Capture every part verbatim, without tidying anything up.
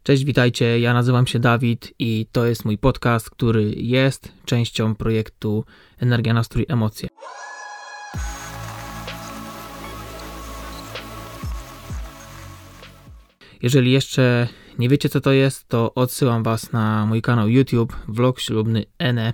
Cześć, witajcie, ja nazywam się Dawid i to jest mój podcast, który jest częścią projektu Energia, Nastrój, Emocje. Jeżeli jeszcze nie wiecie, co to jest, to odsyłam Was na mój kanał YouTube, vlog ślubny Ene.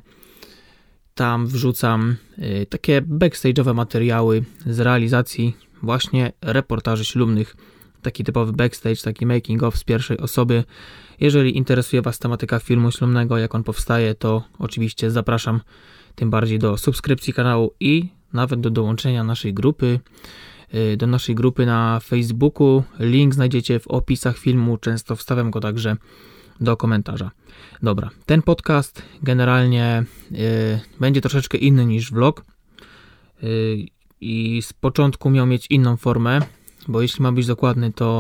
Tam wrzucam y, takie backstage'owe materiały z realizacji właśnie reportaży ślubnych. Taki typowy backstage, taki making of z pierwszej osoby. Jeżeli interesuje Was tematyka filmu ślubnego, jak on powstaje, to oczywiście zapraszam tym bardziej do subskrypcji kanału i nawet do dołączenia naszej grupy, do naszej grupy na Facebooku. Link znajdziecie w opisach filmu, często wstawiam go także do komentarza. Dobra, ten podcast generalnie yy, będzie troszeczkę inny niż vlog yy, i z początku miał mieć inną formę, bo jeśli ma być dokładny, to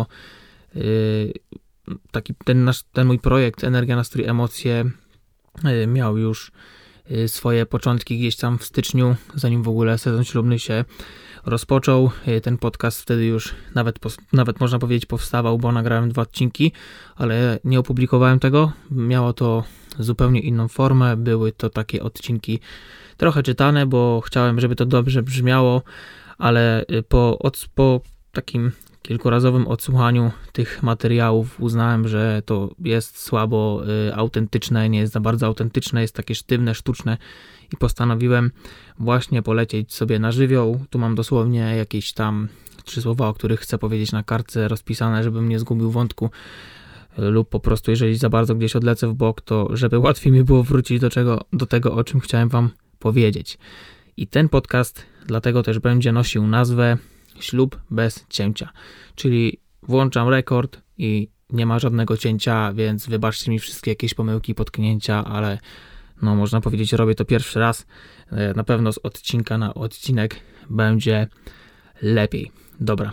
yy, taki ten, nasz, ten mój projekt Energia, Nastrój, Emocje yy, miał już yy, swoje początki gdzieś tam w styczniu, zanim w ogóle sezon ślubny się rozpoczął. Yy, ten podcast wtedy już nawet, nawet można powiedzieć powstawał, bo nagrałem dwa odcinki, ale nie opublikowałem tego. Miało to zupełnie inną formę. Były to takie odcinki trochę czytane, bo chciałem, żeby to dobrze brzmiało, ale po, od, po takim kilkurazowym odsłuchaniu tych materiałów uznałem, że to jest słabo y, autentyczne, nie jest za bardzo autentyczne, jest takie sztywne, sztuczne i postanowiłem właśnie polecieć sobie na żywioł. Tu mam dosłownie jakieś tam trzy słowa, o których chcę powiedzieć na kartce rozpisane, żebym nie zgubił wątku y, lub po prostu jeżeli za bardzo gdzieś odlecę w bok, to żeby łatwiej mi było wrócić do, czego, do tego, o czym chciałem Wam powiedzieć. I ten podcast dlatego też będzie nosił nazwę Ślub bez cięcia, czyli włączam rekord i nie ma żadnego cięcia, więc wybaczcie mi wszystkie jakieś pomyłki, potknięcia, ale no można powiedzieć, robię to pierwszy raz. Na pewno z odcinka na odcinek będzie lepiej. Dobra.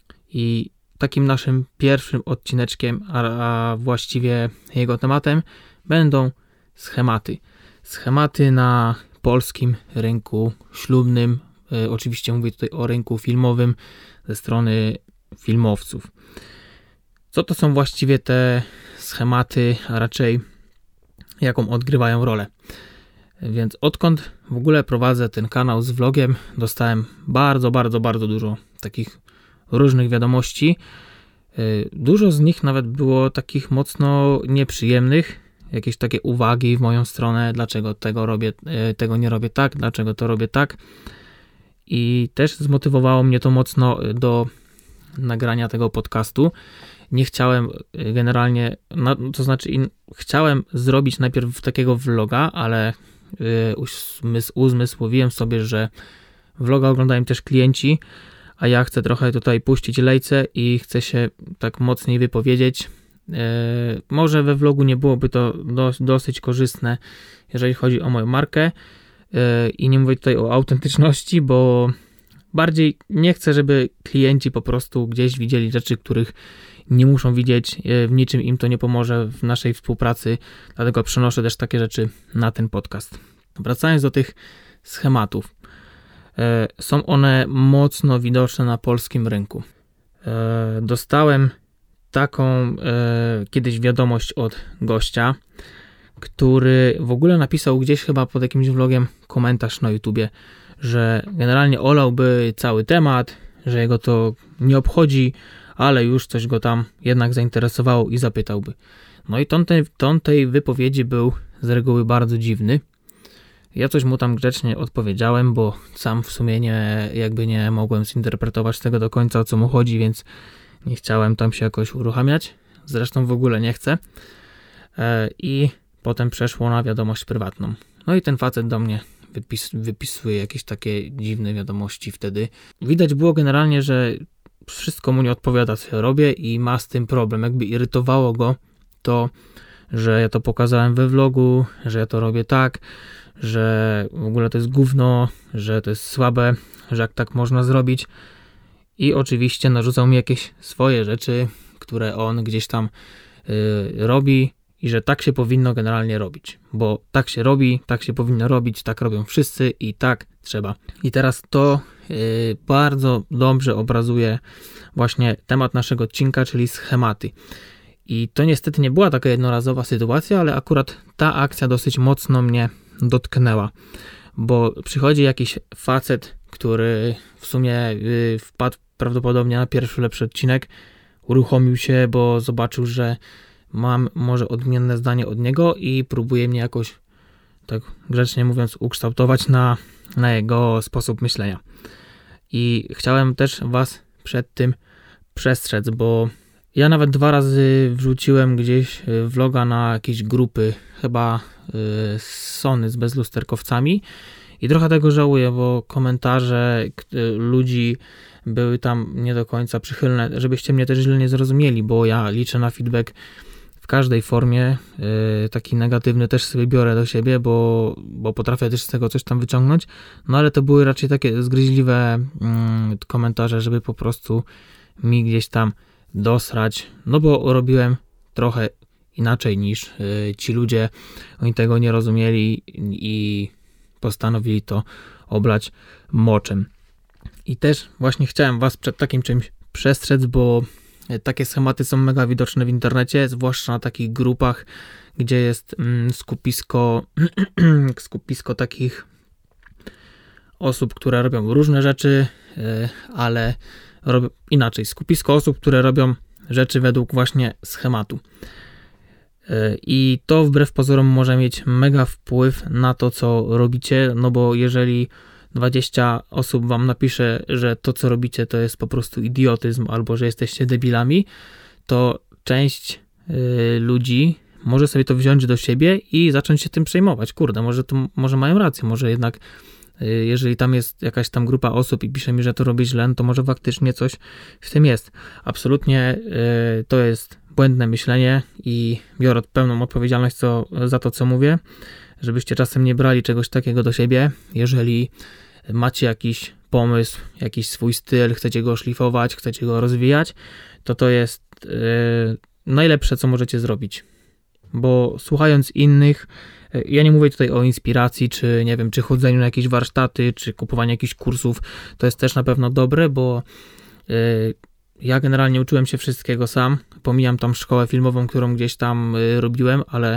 I takim naszym pierwszym odcineczkiem, a, a właściwie jego tematem będą schematy. Schematy na polskim rynku ślubnym. Oczywiście mówię tutaj o rynku filmowym ze strony filmowców. Co to są właściwie te schematy, a raczej jaką odgrywają rolę? Więc odkąd w ogóle prowadzę ten kanał z vlogiem, dostałem bardzo, bardzo, bardzo dużo takich różnych wiadomości. Dużo z nich nawet było takich mocno nieprzyjemnych. Jakieś takie uwagi w moją stronę, dlaczego tego robię, tego nie robię tak, dlaczego to robię tak. I też zmotywowało mnie to mocno do nagrania tego podcastu. Nie chciałem generalnie, to znaczy chciałem zrobić najpierw takiego vloga, ale uzmysłowiłem sobie, że vloga oglądają też klienci, a ja chcę trochę tutaj puścić lejce i chcę się tak mocniej wypowiedzieć. Może we vlogu nie byłoby to dosyć korzystne, jeżeli chodzi o moją markę. I nie mówię tutaj o autentyczności, bo bardziej nie chcę, żeby klienci po prostu gdzieś widzieli rzeczy, których nie muszą widzieć, w niczym im to nie pomoże w naszej współpracy, dlatego przenoszę też takie rzeczy na ten podcast. Wracając do tych schematów, są one mocno widoczne na polskim rynku. Dostałem taką kiedyś wiadomość od gościa, który w ogóle napisał gdzieś chyba pod jakimś vlogiem komentarz na YouTubie, że generalnie olałby cały temat, że jego to nie obchodzi, ale już coś go tam jednak zainteresowało i zapytałby. No i ton tej, ton tej wypowiedzi był z reguły bardzo dziwny. Ja coś mu tam grzecznie odpowiedziałem, bo sam w sumie nie, jakby nie mogłem zinterpretować tego do końca, o co mu chodzi, więc nie chciałem tam się jakoś uruchamiać. Zresztą w ogóle nie chcę. I potem przeszło na wiadomość prywatną. No i ten facet do mnie wypis, wypisuje jakieś takie dziwne wiadomości wtedy. Widać było generalnie, że wszystko mu nie odpowiada, co ja robię i ma z tym problem. Jakby irytowało go to, że ja to pokazałem we vlogu, że ja to robię tak, że w ogóle to jest gówno, że to jest słabe, że jak tak można zrobić. I oczywiście narzucał mi jakieś swoje rzeczy, które on gdzieś tam yy, robi i że tak się powinno generalnie robić, bo tak się robi, tak się powinno robić, tak robią wszyscy i tak trzeba. I teraz to yy, bardzo dobrze obrazuje właśnie temat naszego odcinka, czyli schematy. I to niestety nie była taka jednorazowa sytuacja, ale akurat ta akcja dosyć mocno mnie dotknęła, bo przychodzi jakiś facet, który w sumie wpadł prawdopodobnie na pierwszy lepszy odcinek, uruchomił się, bo zobaczył, że mam może odmienne zdanie od niego i próbuje mnie jakoś, tak grzecznie mówiąc, ukształtować na, na jego sposób myślenia. I chciałem też was przed tym przestrzec, bo ja nawet dwa razy wrzuciłem gdzieś vloga na jakieś grupy, chyba z Sony z bezlusterkowcami i trochę tego żałuję, bo komentarze ludzi były tam nie do końca przychylne, żebyście mnie też źle nie zrozumieli, bo ja liczę na feedback w każdej formie, taki negatywny też sobie biorę do siebie, bo, bo potrafię też z tego coś tam wyciągnąć, no ale to były raczej takie zgryźliwe komentarze, żeby po prostu mi gdzieś tam dosrać, no bo robiłem trochę inaczej niż ci ludzie, oni tego nie rozumieli i postanowili to oblać moczem. I też właśnie chciałem was przed takim czymś przestrzec, bo takie schematy są mega widoczne w internecie, zwłaszcza na takich grupach, gdzie jest skupisko, skupisko takich osób, które robią różne rzeczy, ale robią inaczej. Skupisko osób, które robią rzeczy według właśnie schematu. I to wbrew pozorom może mieć mega wpływ na to, co robicie, no bo jeżeli dwadzieścia osób wam napisze, że to, co robicie, to jest po prostu idiotyzm, albo że jesteście debilami, to część y, ludzi może sobie to wziąć do siebie i zacząć się tym przejmować. Kurde, może, to, może mają rację, może jednak y, jeżeli tam jest jakaś tam grupa osób i pisze mi, że to robi źle, to może faktycznie coś w tym jest. Absolutnie y, to jest błędne myślenie i biorę pełną odpowiedzialność co, za to, co mówię, żebyście czasem nie brali czegoś takiego do siebie. Jeżeli macie jakiś pomysł, jakiś swój styl, chcecie go szlifować, chcecie go rozwijać, to to jest yy, najlepsze, co możecie zrobić. Bo słuchając innych, yy, ja nie mówię tutaj o inspiracji, czy nie wiem, czy chodzeniu na jakieś warsztaty, czy kupowaniu jakichś kursów, to jest też na pewno dobre, bo yy, ja generalnie uczyłem się wszystkiego sam, pomijam tam szkołę filmową, którą gdzieś tam yy, robiłem, ale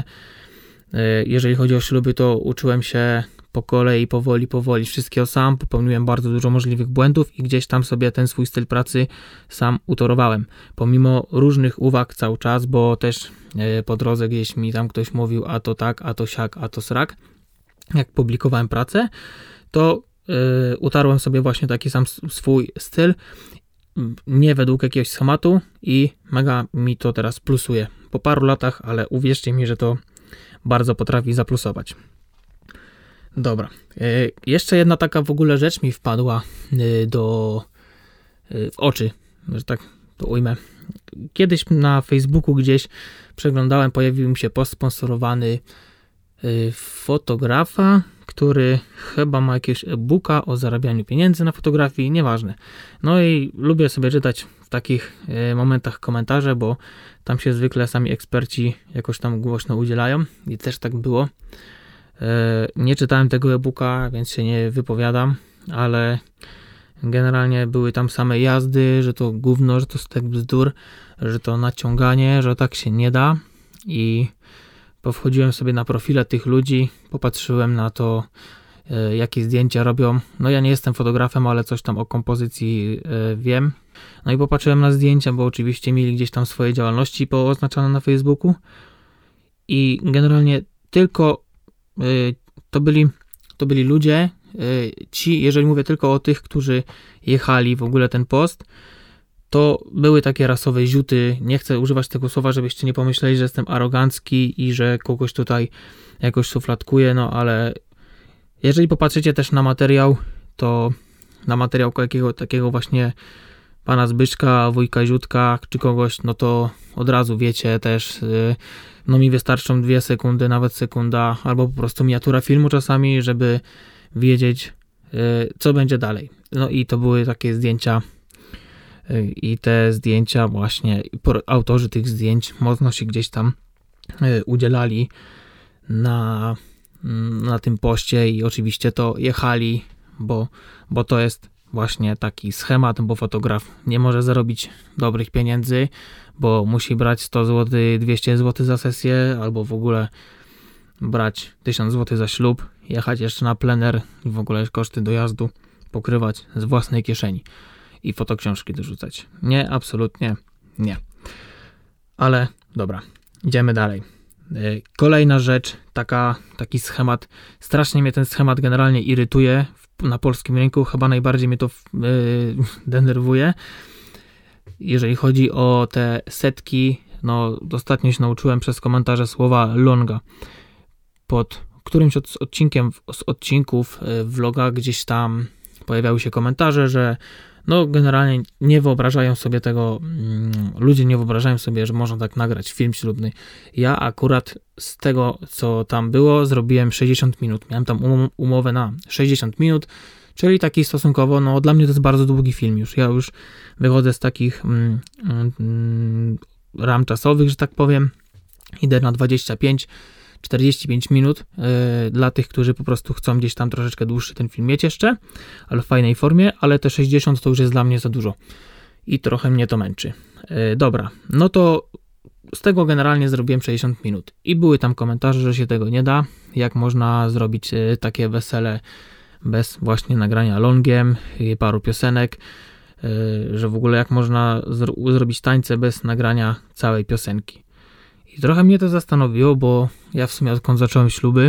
jeżeli chodzi o śluby, to uczyłem się po kolei, powoli, powoli, wszystkiego sam, popełniłem bardzo dużo możliwych błędów i gdzieś tam sobie ten swój styl pracy sam utorowałem. Pomimo różnych uwag cały czas, bo też po drodze gdzieś mi tam ktoś mówił, a to tak, a to siak, a to srak. Jak publikowałem pracę, to yy, utarłem sobie właśnie taki sam swój styl, nie według jakiegoś schematu i mega mi to teraz plusuje. Po paru latach, ale uwierzcie mi, że to bardzo potrafi zaplusować. Dobra. Yy, jeszcze jedna taka w ogóle rzecz mi wpadła yy, do yy, w oczy, że tak to ujmę. Kiedyś na Facebooku gdzieś przeglądałem, pojawił mi się post sponsorowany yy, fotografa, który chyba ma jakiegoś e-booka o zarabianiu pieniędzy na fotografii, nieważne. No i lubię sobie czytać w takich yy, momentach komentarze, bo tam się zwykle sami eksperci jakoś tam głośno udzielają i też tak było. Nie czytałem tego e-booka, więc się nie wypowiadam, ale generalnie były tam same jazdy, że to gówno, że to stek bzdur, że to naciąganie, że tak się nie da i powchodziłem sobie na profile tych ludzi, popatrzyłem na to, jakie zdjęcia robią. No ja nie jestem fotografem, ale coś tam o kompozycji wiem. No i popatrzyłem na zdjęcia, bo oczywiście mieli gdzieś tam swoje działalności pooznaczone na Facebooku i generalnie tylko y, to byli to byli ludzie, y, ci, jeżeli mówię tylko o tych, którzy jechali w ogóle ten post, to były takie rasowe ziuty. Nie chcę używać tego słowa, żebyście nie pomyśleli, że jestem arogancki i że kogoś tutaj jakoś suflatkuję, no ale jeżeli popatrzycie też na materiał, to na materiał jakiego, takiego właśnie pana Zbyszka, wujka Ziutka, czy kogoś, no to od razu wiecie też, no mi wystarczą dwie sekundy, nawet sekunda, albo po prostu miniatura filmu czasami, żeby wiedzieć, co będzie dalej. No i to były takie zdjęcia i te zdjęcia właśnie, autorzy tych zdjęć mocno się gdzieś tam udzielali na, na tym poście i oczywiście to jechali, bo, bo to jest właśnie taki schemat, bo fotograf nie może zarobić dobrych pieniędzy, bo musi brać sto złotych, dwieście złotych za sesję, albo w ogóle brać tysiąc złotych za ślub, jechać jeszcze na plener i w ogóle koszty dojazdu pokrywać z własnej kieszeni i fotoksiążki dorzucać. Nie, absolutnie nie. Ale dobra, idziemy dalej. Kolejna rzecz, taka, taki schemat, strasznie mnie ten schemat generalnie irytuje na polskim rynku, chyba najbardziej mnie to yy, denerwuje. Jeżeli chodzi o te setki, no ostatnio się nauczyłem przez komentarze słowa longa. Pod którymś od, odcinkiem z odcinków vloga gdzieś tam pojawiały się komentarze, że no generalnie nie wyobrażają sobie tego, mm, ludzie nie wyobrażają sobie, że można tak nagrać film ślubny. Ja akurat z tego, co tam było, zrobiłem sześćdziesiąt minut. Miałem tam um, umowę na sześćdziesiąt minut, czyli taki stosunkowo, no dla mnie to jest bardzo długi film już. Ja już wychodzę z takich mm, mm, ram czasowych, że tak powiem. Idę na dwadzieścia pięć czterdzieści pięć minut yy, dla tych, którzy po prostu chcą gdzieś tam troszeczkę dłuższy ten film mieć jeszcze, ale w fajnej formie, ale te sześćdziesiąt to już jest dla mnie za dużo i trochę mnie to męczy. Yy, dobra, no to z tego generalnie zrobiłem sześćdziesiąt minut i były tam komentarze, że się tego nie da, jak można zrobić yy, takie wesele bez właśnie nagrania longiem, yy, paru piosenek, yy, że w ogóle jak można zro- zrobić tańce bez nagrania całej piosenki. I trochę mnie to zastanowiło, bo ja w sumie odkąd zacząłem śluby,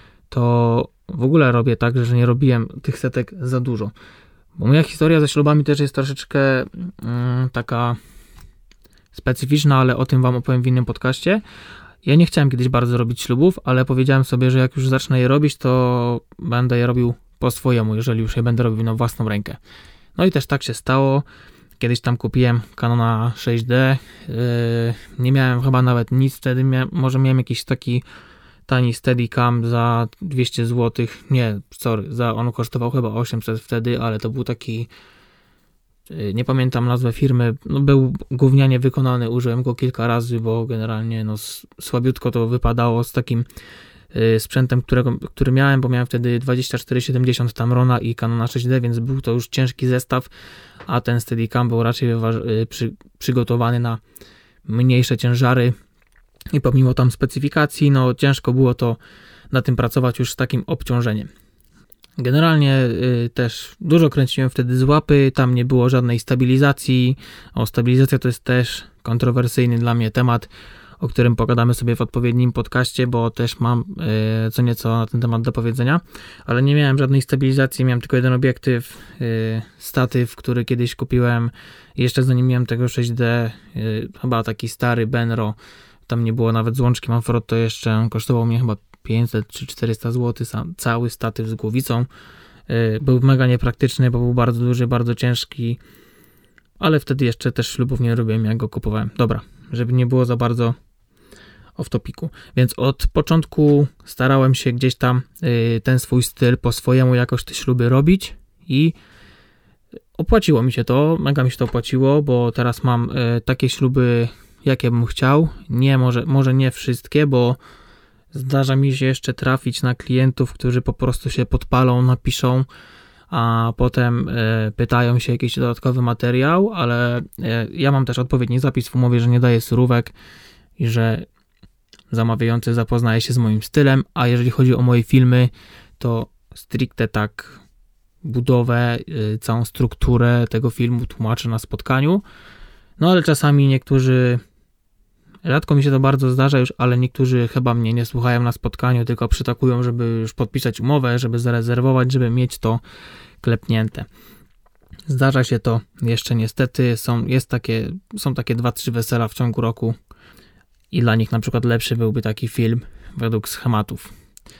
to w ogóle robię tak, że nie robiłem tych setek za dużo. Bo moja historia ze ślubami też jest troszeczkę mm, taka specyficzna, ale o tym wam opowiem w innym podcaście. Ja nie chciałem kiedyś bardzo robić ślubów, ale powiedziałem sobie, że jak już zacznę je robić, to będę je robił po swojemu, jeżeli już je będę robił na własną rękę. No i też tak się stało. Kiedyś tam kupiłem Canona sześć D, yy, nie miałem chyba nawet nic wtedy, mia- może miałem jakiś taki tani Steadicam za dwieście złotych, nie, sorry, za, on kosztował chyba osiemset wtedy, ale to był taki, yy, nie pamiętam nazwę firmy, no był gównianie wykonany, użyłem go kilka razy, bo generalnie no słabiutko to wypadało z takim yy, sprzętem, którego, który miałem, bo miałem wtedy dwadzieścia cztery siedemdziesiąt Tamrona i Canona sześć D, więc był to już ciężki zestaw, a ten Steadicam był raczej wywa- przy, przygotowany na mniejsze ciężary i pomimo tam specyfikacji, no ciężko było to na tym pracować już z takim obciążeniem. Generalnie y, też dużo kręciłem wtedy z łapy, tam nie było żadnej stabilizacji. O, stabilizacja to jest też kontrowersyjny dla mnie temat, o którym pogadamy sobie w odpowiednim podcaście, bo też mam y, co nieco na ten temat do powiedzenia, ale nie miałem żadnej stabilizacji, miałem tylko jeden obiektyw, y, statyw, który kiedyś kupiłem, jeszcze zanim miałem tego sześć D, y, chyba taki stary Benro, tam nie było nawet złączki Manfrotto jeszcze, on kosztował mnie chyba pięćset czy czterysta złotych, sam, cały statyw z głowicą, y, był mega niepraktyczny, bo był bardzo duży, bardzo ciężki, ale wtedy jeszcze też ślubów nie robiłem, jak go kupowałem. Dobra, żeby nie było za bardzo off topiku. Więc od początku starałem się gdzieś tam y, ten swój styl po swojemu jakoś te śluby robić i opłaciło mi się to, mega mi się to opłaciło, bo teraz mam y, takie śluby, jakie bym chciał. Nie, może, może nie wszystkie, bo zdarza mi się jeszcze trafić na klientów, którzy po prostu się podpalą, napiszą, a potem y, pytają się jakiś dodatkowy materiał, ale y, ja mam też odpowiedni zapis w umowie, że nie daję surówek i że zamawiający zapoznaje się z moim stylem, a jeżeli chodzi o moje filmy, to stricte tak budowę, yy, całą strukturę tego filmu tłumaczę na spotkaniu, no ale czasami niektórzy, rzadko mi się to bardzo zdarza już, ale niektórzy chyba mnie nie słuchają na spotkaniu, tylko przytakują, żeby już podpisać umowę, żeby zarezerwować, żeby mieć to klepnięte. Zdarza się to jeszcze niestety, są, jest takie, są takie dwa trzy wesela w ciągu roku, i dla nich na przykład lepszy byłby taki film według schematów.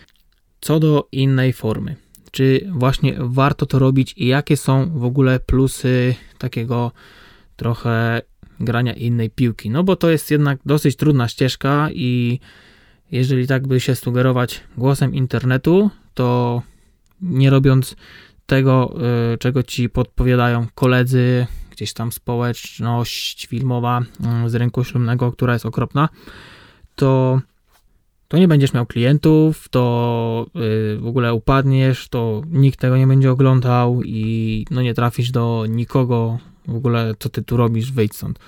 Co do innej formy, czy właśnie warto to robić i jakie są w ogóle plusy takiego trochę grania innej piłki? No bo to jest jednak dosyć trudna ścieżka i jeżeli tak by się sugerować głosem internetu, to nie robiąc tego, yy, czego ci podpowiadają koledzy, gdzieś tam społeczność filmowa z rynku ślubnego, która jest okropna, to to nie będziesz miał klientów, to yy, w ogóle upadniesz, to nikt tego nie będzie oglądał i no nie trafisz do nikogo, w ogóle co ty tu robisz, wyjdź stąd.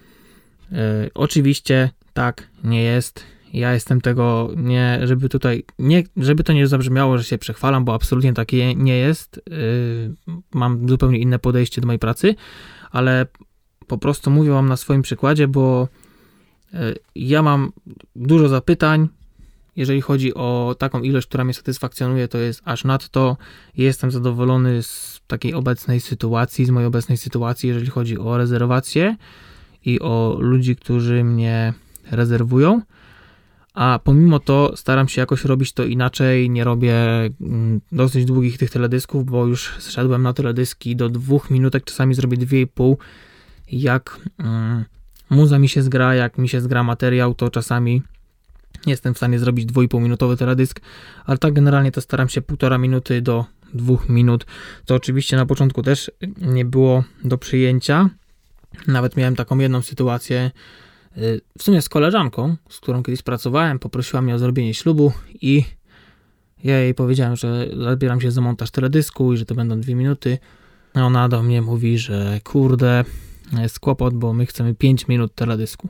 Yy, oczywiście tak nie jest. Ja jestem tego nie, żeby tutaj, nie, żeby to nie zabrzmiało, że się przechwalam, bo absolutnie takie nie jest. Yy, mam zupełnie inne podejście do mojej pracy, ale po prostu mówię wam na swoim przykładzie, bo yy, ja mam dużo zapytań. Jeżeli chodzi o taką ilość, która mnie satysfakcjonuje, to jest aż nadto. Jestem zadowolony z takiej obecnej sytuacji, z mojej obecnej sytuacji, jeżeli chodzi o rezerwacje i o ludzi, którzy mnie rezerwują. A pomimo to staram się jakoś robić to inaczej, nie robię dosyć długich tych teledysków, bo już zszedłem na teledyski do dwóch minutek, czasami zrobię dwie i pół. Jak mm, muza mi się zgra, jak mi się zgra materiał, to czasami jestem w stanie zrobić dwu i pół minutowy teledysk, ale tak generalnie to staram się półtora minuty do dwóch minut. To oczywiście na początku też nie było do przyjęcia. Nawet miałem taką jedną sytuację, w sumie z koleżanką, z którą kiedyś pracowałem, poprosiła mnie o zrobienie ślubu i ja jej powiedziałem, że zabieram się za montaż teledysku i że to będą dwie minuty. A ona do mnie mówi, że kurde, jest kłopot, bo my chcemy pięć minut teledysku.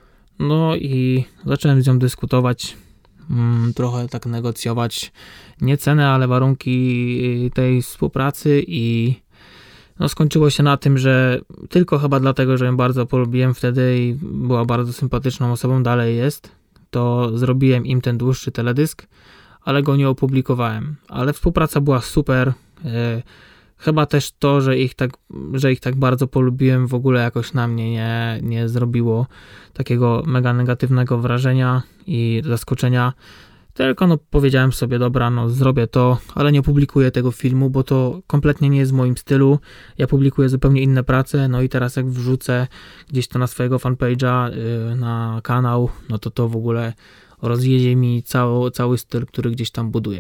No i zacząłem z nią dyskutować, mm, trochę tak negocjować, nie cenę, ale warunki tej współpracy i no skończyło się na tym, że tylko chyba dlatego, że ją bardzo polubiłem wtedy i była bardzo sympatyczną osobą, dalej jest, to zrobiłem im ten dłuższy teledysk, ale go nie opublikowałem. Ale współpraca była super. E, chyba też to, że ich tak, że ich tak bardzo polubiłem, w ogóle jakoś na mnie nie, nie zrobiło takiego mega negatywnego wrażenia i zaskoczenia. Tylko no powiedziałem sobie, dobra, no zrobię to, ale nie publikuję tego filmu, bo to kompletnie nie jest w moim stylu. Ja publikuję zupełnie inne prace, no i teraz jak wrzucę gdzieś to na swojego fanpage'a, yy, na kanał, no to to w ogóle rozjedzie mi cały, cały styl, który gdzieś tam buduję.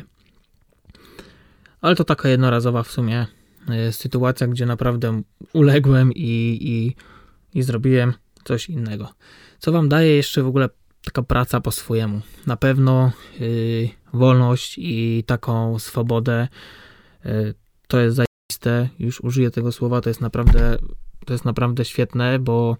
Ale to taka jednorazowa w sumie yy, sytuacja, gdzie naprawdę uległem i, i, i zrobiłem coś innego. Co wam daje jeszcze w ogóle taka praca po swojemu. Na pewno yy, wolność i taką swobodę yy, to jest zajebiste. Już użyję tego słowa, to jest naprawdę to jest naprawdę świetne, bo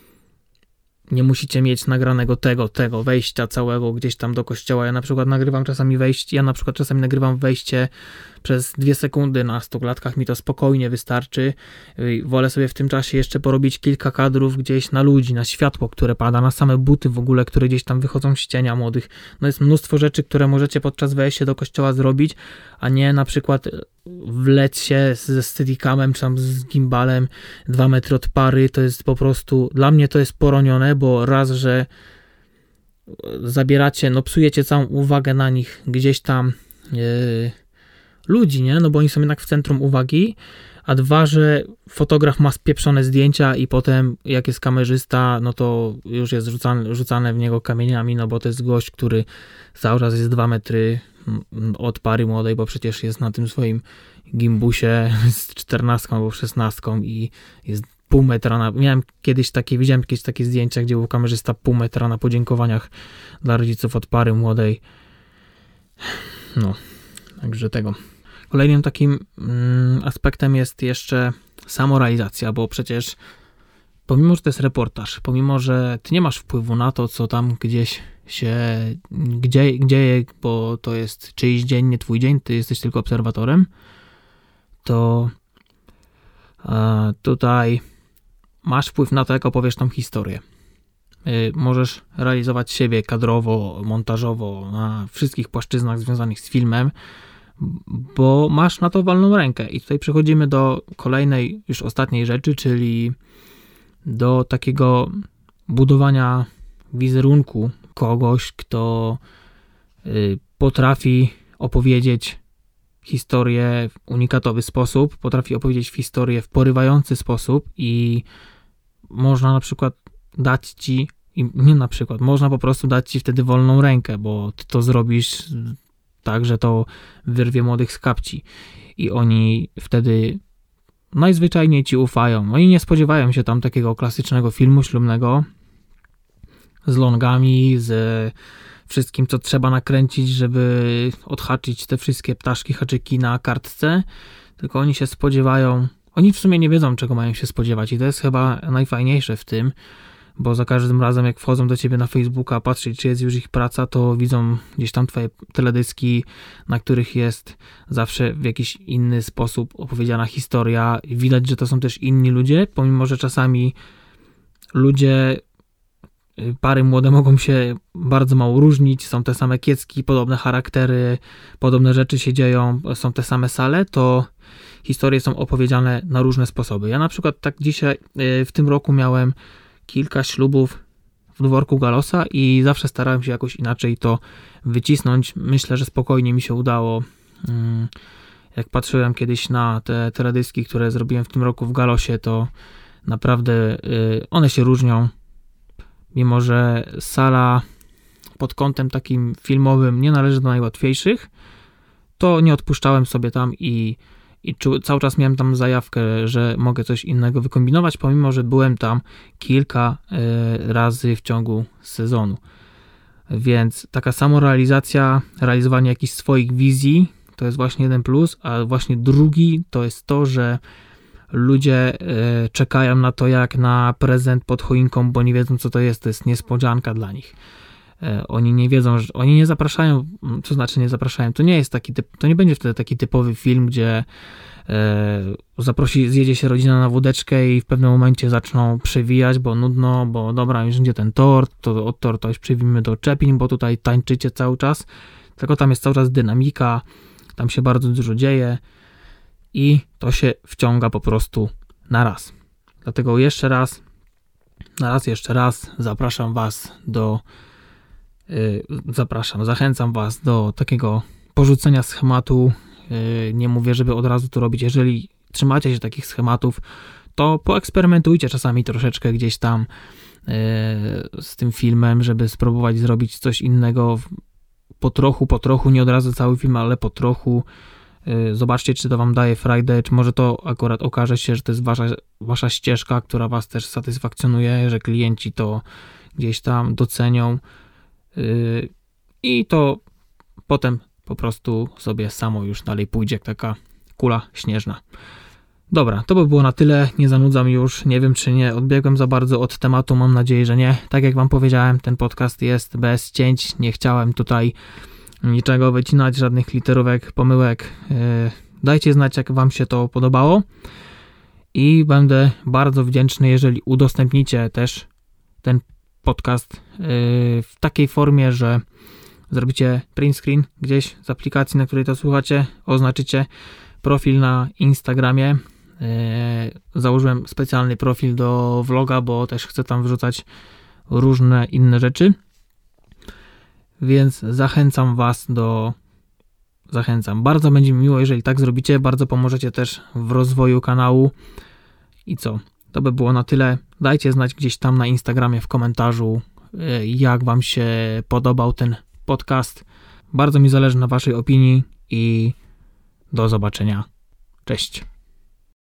nie musicie mieć nagranego tego, tego wejścia całego gdzieś tam do kościoła. Ja na przykład nagrywam czasami wejście, ja na przykład czasami nagrywam wejście przez dwie sekundy na sto klatkach, mi to spokojnie wystarczy. Wolę sobie w tym czasie jeszcze porobić kilka kadrów gdzieś na ludzi, na światło, które pada, na same buty w ogóle, które gdzieś tam wychodzą z cienia młodych. No jest mnóstwo rzeczy, które możecie podczas wejścia do kościoła zrobić, a nie na przykład wleć się ze steadicamem czy tam z gimbalem dwa metry od pary. To jest po prostu, dla mnie to jest poronione, bo raz, że zabieracie, no psujecie całą uwagę na nich gdzieś tam yy, ludzi, nie? No bo oni są jednak w centrum uwagi, a dwa, że fotograf ma spieprzone zdjęcia i potem jak jest kamerzysta, no to już jest rzucane, rzucane w niego kamieniami, no bo to jest gość, który cały czas jest dwa metry od pary młodej, bo przecież jest na tym swoim gimbusie z czternastką albo szesnastką i jest pół metra na... Miałem kiedyś takie, widziałem jakieś takie zdjęcia, gdzie był kamerzysta pół metra na podziękowaniach dla rodziców od pary młodej. No, także tego. Kolejnym takim mm, aspektem jest jeszcze samorealizacja, bo przecież pomimo, że to jest reportaż, pomimo, że ty nie masz wpływu na to, co tam gdzieś się gdzie, dzieje, bo to jest czyjś dzień, nie twój dzień, ty jesteś tylko obserwatorem, to e, tutaj masz wpływ na to, jak opowiesz tą historię. Y, możesz realizować siebie kadrowo, montażowo, na wszystkich płaszczyznach związanych z filmem, bo masz na to wolną rękę. I tutaj przechodzimy do kolejnej, już ostatniej rzeczy, czyli do takiego budowania wizerunku kogoś, kto y, potrafi opowiedzieć historię w unikatowy sposób, potrafi opowiedzieć historię w porywający sposób i można na przykład dać ci, i nie na przykład, można po prostu dać ci wtedy wolną rękę, bo ty to zrobisz tak, że to wyrwie młodych z kapci i oni wtedy najzwyczajniej ci ufają. Oni nie spodziewają się tam takiego klasycznego filmu ślubnego z longami, z wszystkim, co trzeba nakręcić, żeby odhaczyć te wszystkie ptaszki, haczyki na kartce, tylko oni się spodziewają, oni w sumie nie wiedzą, czego mają się spodziewać i to jest chyba najfajniejsze w tym, bo za każdym razem, jak wchodzą do ciebie na Facebooka, patrzeć, czy jest już ich praca, to widzą gdzieś tam twoje teledyski, na których jest zawsze w jakiś inny sposób opowiedziana historia. Widać, że to są też inni ludzie, pomimo że czasami ludzie, pary młode mogą się bardzo mało różnić, są te same kiecki, podobne charaktery, podobne rzeczy się dzieją, są te same sale, to historie są opowiedziane na różne sposoby. Ja na przykład tak dzisiaj, w tym roku miałem kilka ślubów w dworku Galosa i zawsze starałem się jakoś inaczej to wycisnąć. Myślę, że spokojnie mi się udało. Jak patrzyłem kiedyś na te teledyski, które zrobiłem w tym roku w Galosie, to naprawdę one się różnią. Mimo że sala pod kątem takim filmowym nie należy do najłatwiejszych, to nie odpuszczałem sobie tam i, i czu, cały czas miałem tam zajawkę, że mogę coś innego wykombinować, pomimo że byłem tam kilka y, razy w ciągu sezonu. Więc taka samorealizacja, realizowanie jakichś swoich wizji to jest właśnie jeden plus, a właśnie drugi to jest to, że ludzie y, czekają na to jak na prezent pod choinką, bo nie wiedzą, co to jest, to jest niespodzianka dla nich. Y, oni nie wiedzą, że oni nie zapraszają, co znaczy nie zapraszają, to nie jest taki typ, to nie będzie wtedy taki typowy film, gdzie y, zaprosi, zjedzie się rodzina na wódeczkę i w pewnym momencie zaczną przewijać, bo nudno, bo dobra, już będzie ten tort, to od torta już przewijmy do Czepin, bo tutaj tańczycie cały czas, tylko tam jest cały czas dynamika, tam się bardzo dużo dzieje, i to się wciąga po prostu na raz. Dlatego jeszcze raz, na raz jeszcze raz zapraszam was do, yy, zapraszam, zachęcam was do takiego porzucenia schematu. Yy, nie mówię, żeby od razu to robić. Jeżeli trzymacie się takich schematów, to poeksperymentujcie czasami troszeczkę gdzieś tam yy, z tym filmem, żeby spróbować zrobić coś innego po trochu, po trochu, nie od razu cały film, ale po trochu. Zobaczcie, czy to wam daje frajdę, czy może to akurat okaże się, że to jest wasza, wasza ścieżka, która was też satysfakcjonuje, że klienci to gdzieś tam docenią yy, i to potem po prostu sobie samo już dalej pójdzie jak taka kula śnieżna. Dobra, to by było na tyle, nie zanudzam już, nie wiem, czy nie odbiegłem za bardzo od tematu, mam nadzieję, że nie. Tak jak wam powiedziałem, ten podcast jest bez cięć, nie chciałem tutaj niczego wycinać, żadnych literówek, pomyłek. Dajcie znać, jak wam się to podobało i będę bardzo wdzięczny, jeżeli udostępnicie też ten podcast w takiej formie, że zrobicie print screen gdzieś z aplikacji, na której to słuchacie, oznaczycie profil na Instagramie. Założyłem specjalny profil do vloga, bo też chcę tam wrzucać różne inne rzeczy. Więc zachęcam was do... Zachęcam. Bardzo będzie mi miło, jeżeli tak zrobicie. Bardzo pomożecie też w rozwoju kanału. I co? To by było na tyle. Dajcie znać gdzieś tam na Instagramie w komentarzu, jak wam się podobał ten podcast. Bardzo mi zależy na waszej opinii i do zobaczenia. Cześć.